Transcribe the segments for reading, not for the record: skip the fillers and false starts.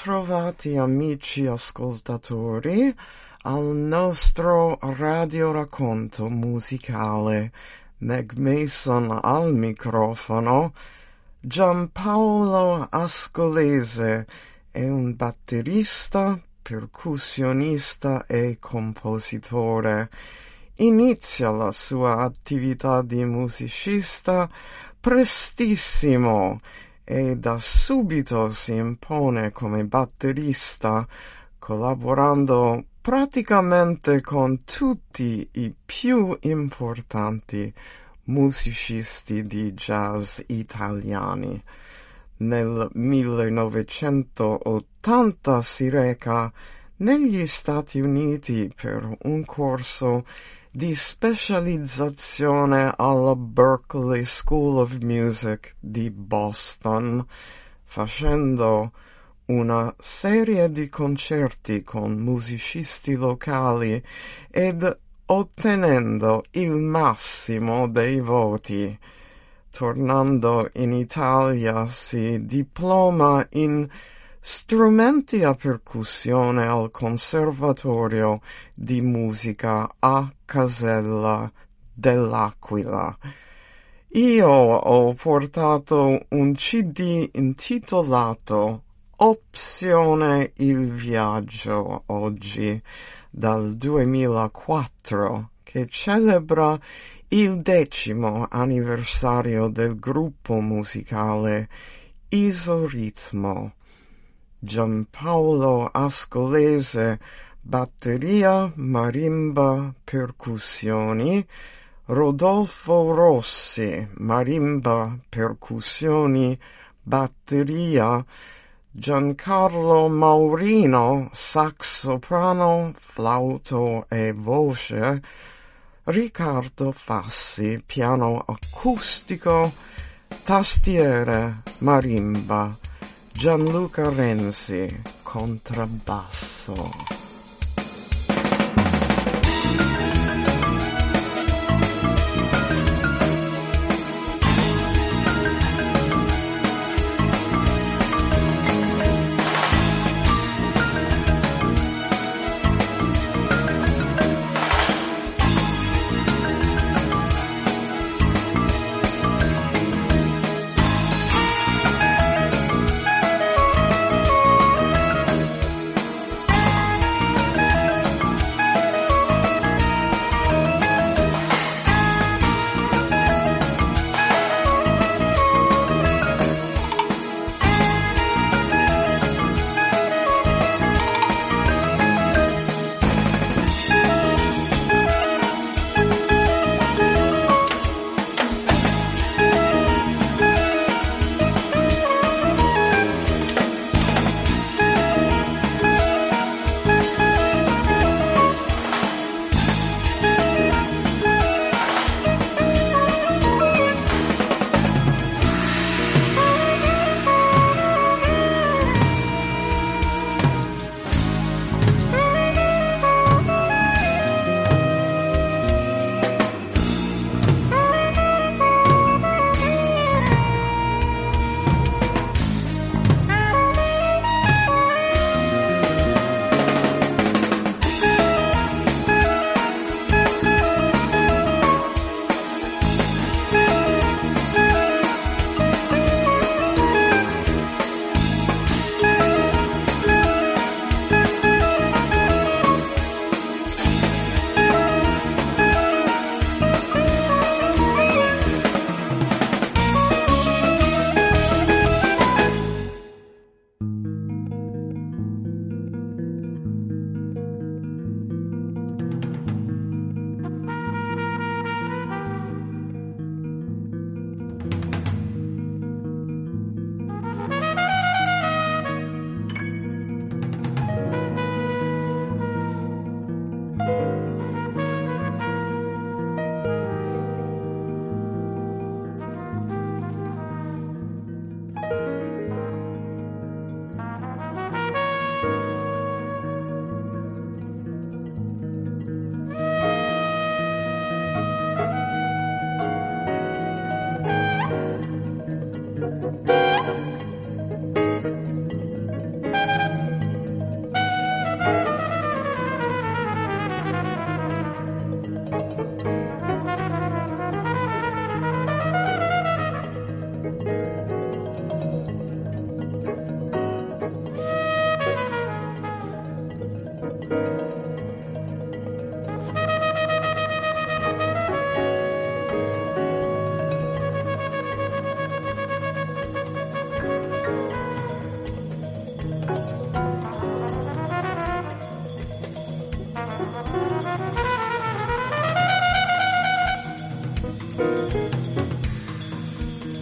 Bentrovati amici ascoltatori al nostro radioracconto musicale. Meg Mason al microfono. Giampaolo Ascolese è un batterista, percussionista e compositore. Inizia la sua attività di musicista prestissimo e da subito si impone come batterista, collaborando praticamente con tutti i più importanti musicisti di jazz italiani. Nel 1980 si reca negli Stati Uniti per un corso di specializzazione alla Berklee School of Music di Boston, facendo una serie di concerti con musicisti locali ed ottenendo il massimo dei voti. Tornando in Italia si diploma in strumenti a percussione al Conservatorio di Musica a Casella dell'Aquila. Io ho portato un CD intitolato Opzione il viaggio oggi, dal 2004, che celebra il 10° anniversario del gruppo musicale Isoritmo. Giampaolo Ascolese, batteria, marimba, percussioni. Rodolfo Rossi, marimba, percussioni, batteria. Giancarlo Maurino, sax soprano, flauto e voce. Riccardo Fassi, piano acustico, tastiere, marimba. Gianluca Renzi, contrabbasso.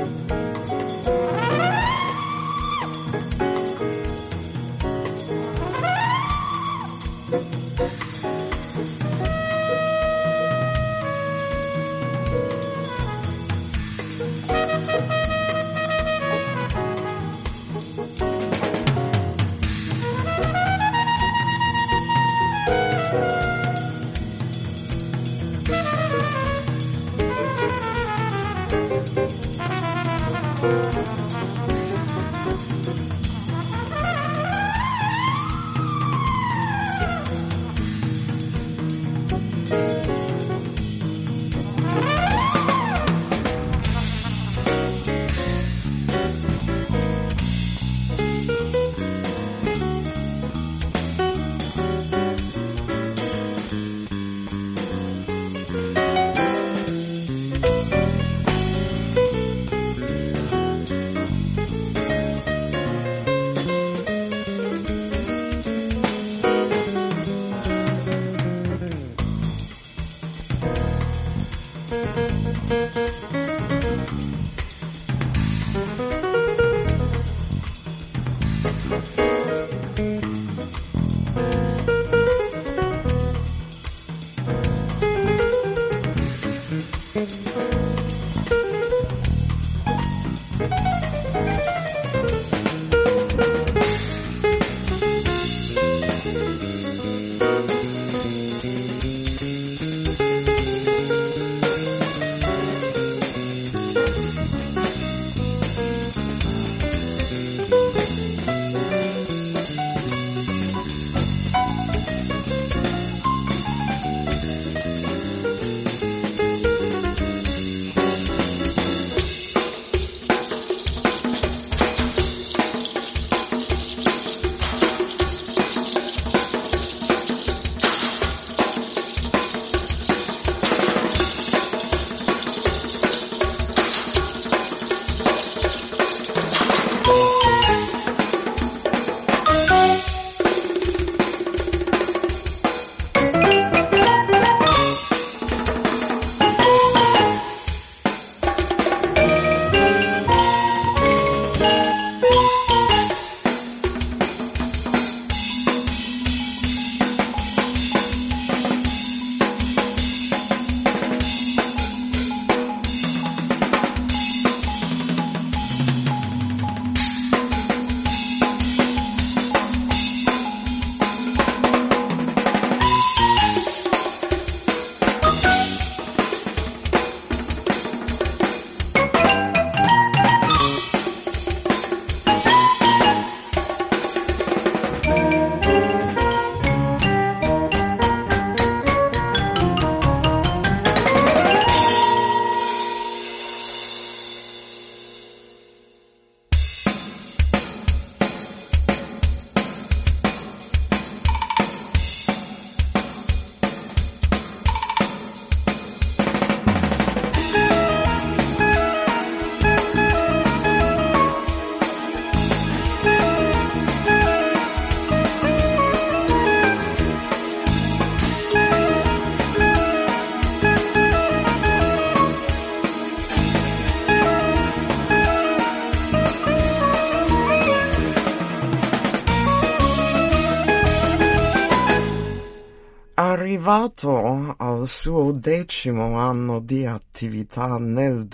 Arrivato al suo 10° anno di attività nel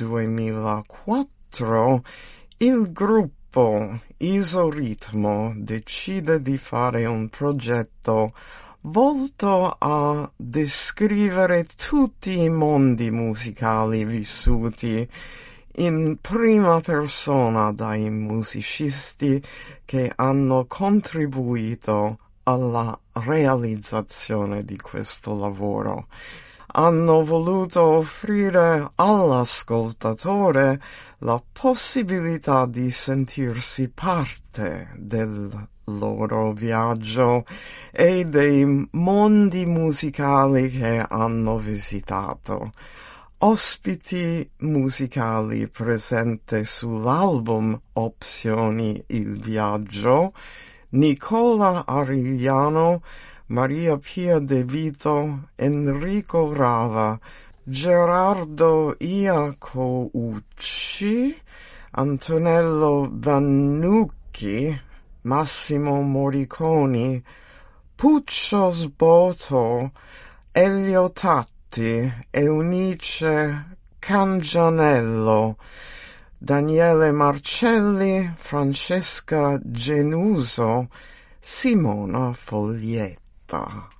2004, il gruppo Isoritmo decide di fare un progetto volto a descrivere tutti i mondi musicali vissuti in prima persona dai musicisti che hanno contribuito alla realizzazione di questo lavoro. Hanno voluto offrire all'ascoltatore la possibilità di sentirsi parte del loro viaggio e dei mondi musicali che hanno visitato. Ospiti musicali presenti sull'album Opzioni il viaggio: Nicola Arigliano, Maria Pia De Vito, Enrico Rava, Gerardo Iacoucci, Antonello Vannucchi, Massimo Morriconi, Puccio Sboto, Elio Tatti, Eunice Cangianello, Daniele Marcelli, Francesca Genuso, Simona Foglietta.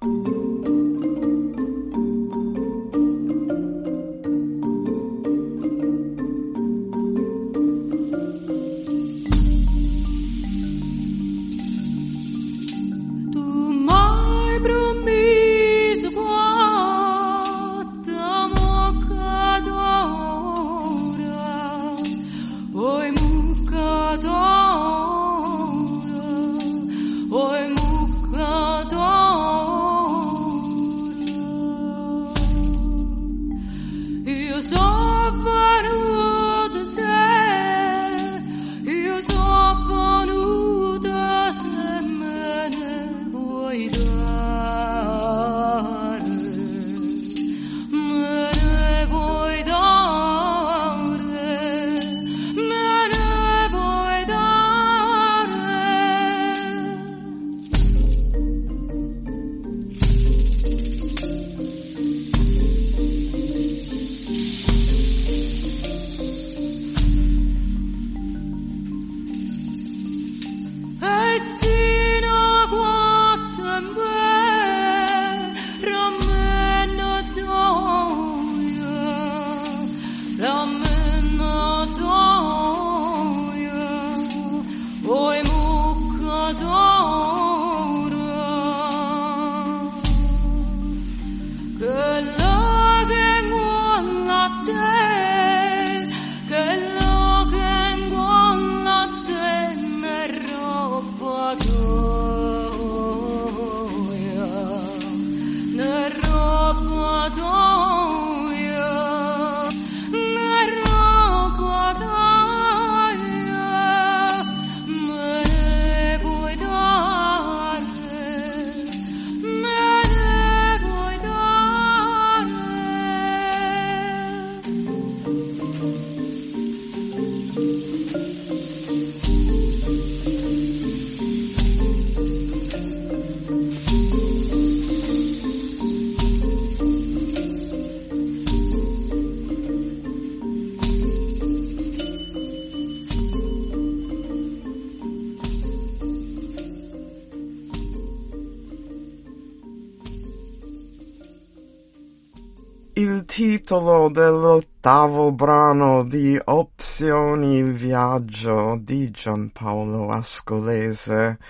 Il titolo dell'8º brano di Opzioni il viaggio di Giampaolo Ascolese,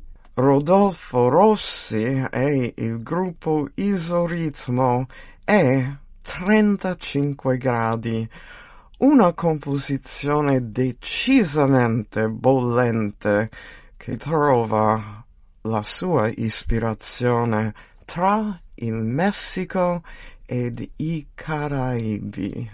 Rodolfo Rossi e il gruppo Isoritmo e 35 gradi, una composizione decisamente bollente che trova la sua ispirazione tra il Messico ed i Caraibi.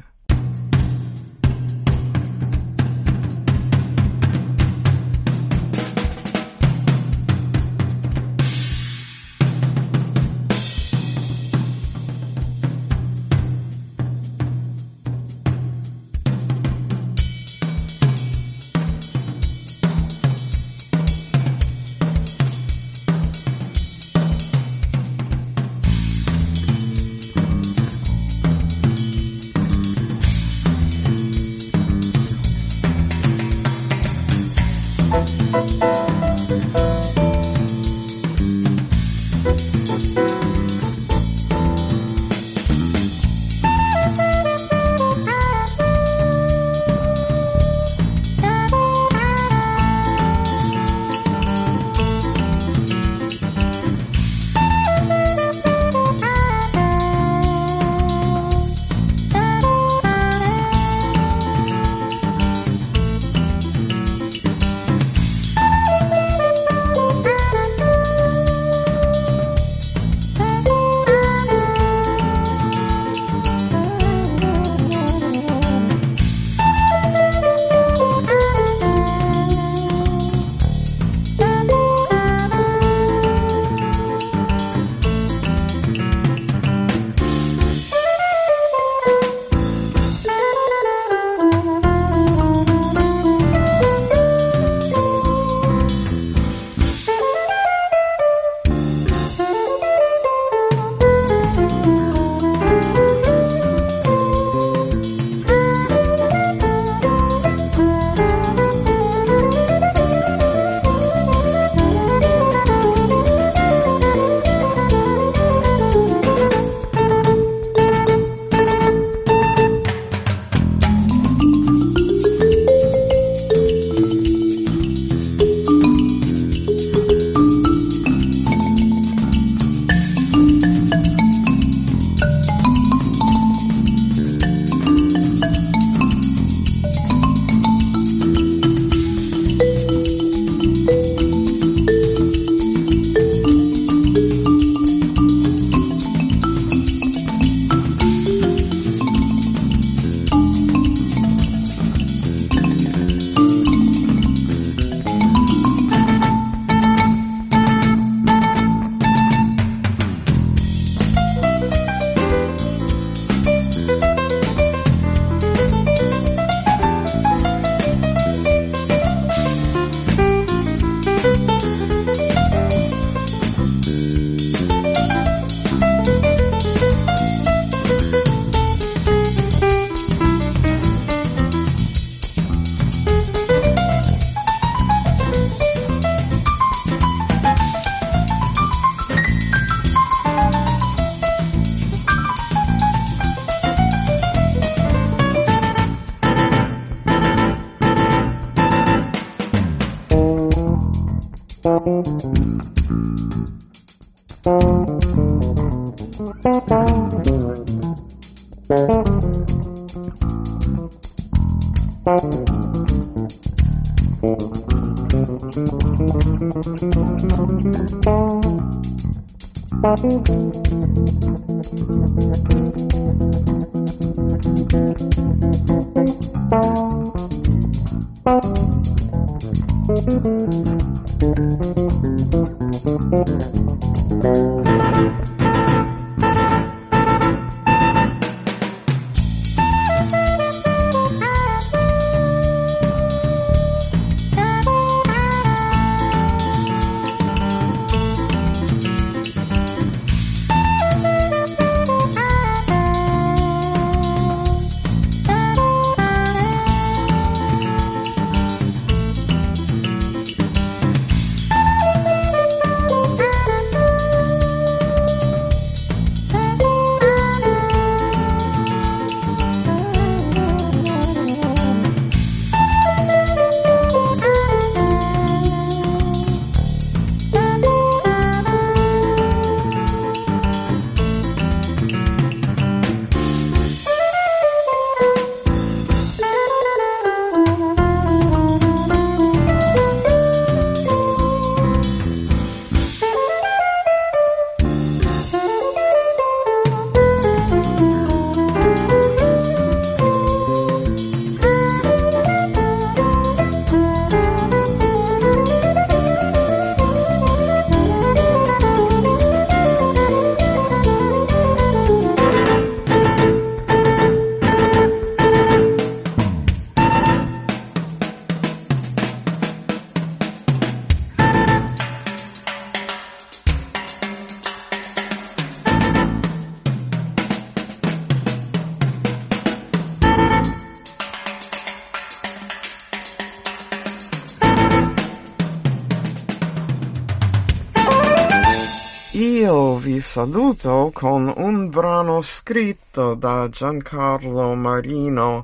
Io vi saluto con un brano scritto da Giancarlo Marino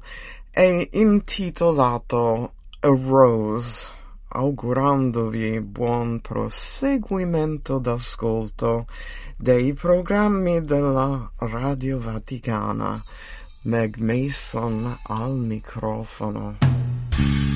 e intitolato A Rose, augurandovi buon proseguimento d'ascolto dei programmi della Radio Vaticana. Meg Mason al microfono.